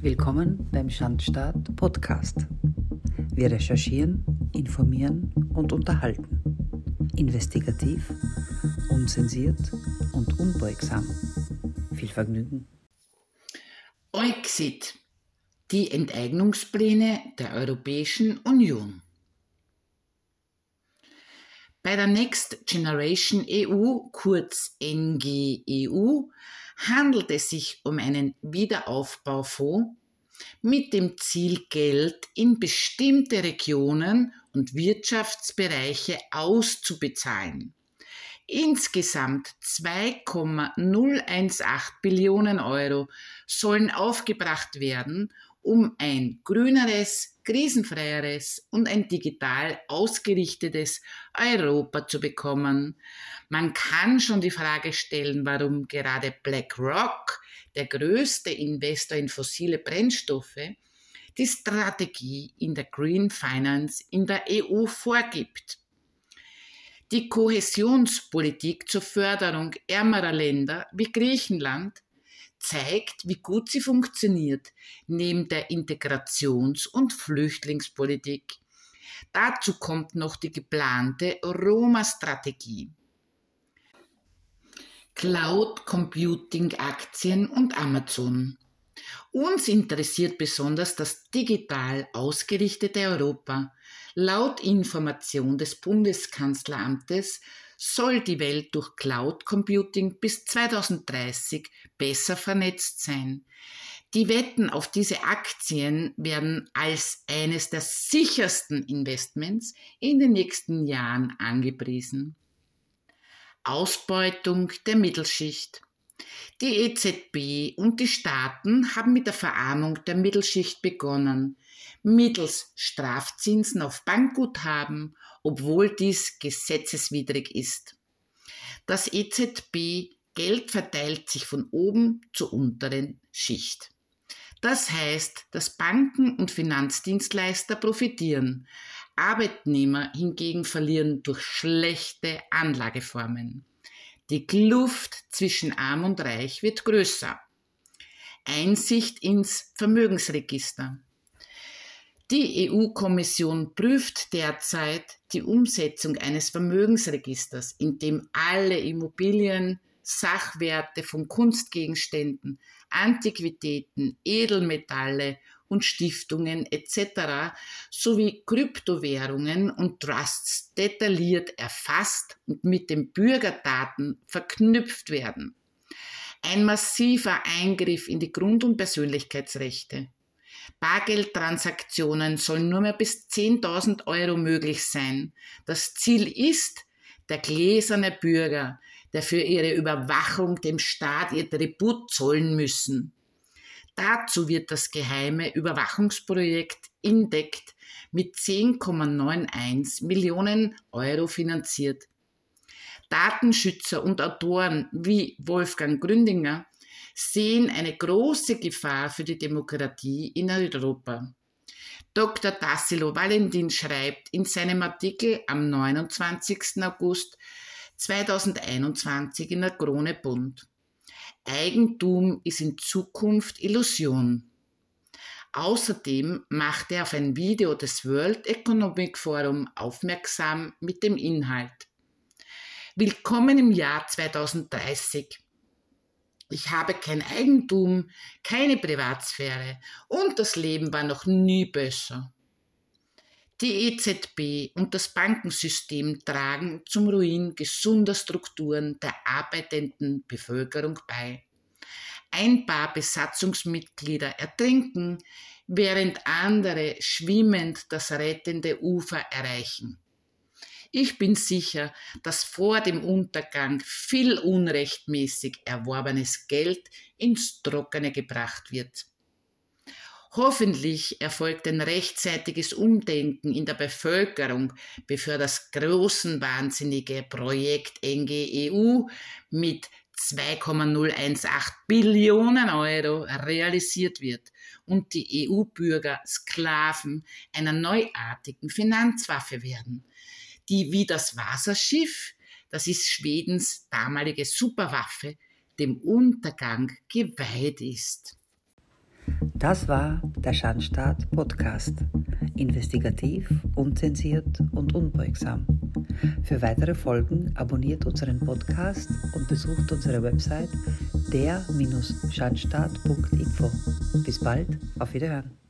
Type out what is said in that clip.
Willkommen beim Schandstaat Podcast. Wir recherchieren, informieren und unterhalten. Investigativ, unzensiert und unbeugsam. Viel Vergnügen. Euxit, die Enteignungspläne der Europäischen Union. Bei der Next Generation EU, kurz NGEU, handelt es sich um einen Wiederaufbaufonds mit dem Ziel, Geld in bestimmte Regionen und Wirtschaftsbereiche auszubezahlen. Insgesamt 2,018 Billionen Euro sollen aufgebracht werden, um ein grüneres, krisenfreieres und ein digital ausgerichtetes Europa zu bekommen. Man kann schon die Frage stellen, warum gerade BlackRock, der größte Investor in fossile Brennstoffe, die Strategie in der Green Finance in der EU vorgibt. Die Kohäsionspolitik zur Förderung ärmerer Länder wie Griechenland zeigt, wie gut sie funktioniert, neben der Integrations- und Flüchtlingspolitik. Dazu kommt noch die geplante Roma-Strategie. Cloud Computing Aktien und Amazon. Uns interessiert besonders das digital ausgerichtete Europa. Laut Information des Bundeskanzleramtes soll die Welt durch Cloud Computing bis 2030 besser vernetzt sein. Die Wetten auf diese Aktien werden als eines der sichersten Investments in den nächsten Jahren angepriesen. Ausbeutung der Mittelschicht. Die EZB und die Staaten haben mit der Verarmung der Mittelschicht begonnen, mittels Strafzinsen auf Bankguthaben, obwohl dies gesetzeswidrig ist. Das EZB-Geld verteilt sich von oben zur unteren Schicht. Das heißt, dass Banken und Finanzdienstleister profitieren, Arbeitnehmer hingegen verlieren durch schlechte Anlageformen. Die Kluft zwischen Arm und Reich wird größer. Einsicht ins Vermögensregister. Die EU-Kommission prüft derzeit die Umsetzung eines Vermögensregisters, in dem alle Immobilien, Sachwerte von Kunstgegenständen, Antiquitäten, Edelmetalle und Stiftungen etc. sowie Kryptowährungen und Trusts detailliert erfasst und mit den Bürgerdaten verknüpft werden. Ein massiver Eingriff in die Grund- und Persönlichkeitsrechte. Bargeldtransaktionen sollen nur mehr bis 10.000 Euro möglich sein. Das Ziel ist der gläserne Bürger, der für ihre Überwachung dem Staat ihr Tribut zollen müssen. Dazu wird das geheime Überwachungsprojekt INDECT mit 10,91 Millionen Euro finanziert. Datenschützer und Autoren wie Wolfgang Gründinger sehen eine große Gefahr für die Demokratie in Europa. Dr. Tassilo Valentin schreibt in seinem Artikel am 29. August 2021 in der Krone Bund: Eigentum ist in Zukunft Illusion. Außerdem macht er auf ein Video des World Economic Forum aufmerksam mit dem Inhalt: Willkommen im Jahr 2030. Ich habe kein Eigentum, keine Privatsphäre und das Leben war noch nie besser. Die EZB und das Bankensystem tragen zum Ruin gesunder Strukturen der arbeitenden Bevölkerung bei. Ein paar Besatzungsmitglieder ertrinken, während andere schwimmend das rettende Ufer erreichen. Ich bin sicher, dass vor dem Untergang viel unrechtmäßig erworbenes Geld ins Trockene gebracht wird. Hoffentlich erfolgt ein rechtzeitiges Umdenken in der Bevölkerung, bevor das größenwahnsinnige Projekt NGEU mit 2,018 Billionen Euro realisiert wird und die EU-Bürger Sklaven einer neuartigen Finanzwaffe werden, die wie das Wasserschiff, das ist Schwedens damalige Superwaffe, dem Untergang geweiht ist. Das war der Schandstaat Podcast. Investigativ, unzensiert und unbeugsam. Für weitere Folgen abonniert unseren Podcast und besucht unsere Website der-schandstaat.info. Bis bald, auf Wiederhören.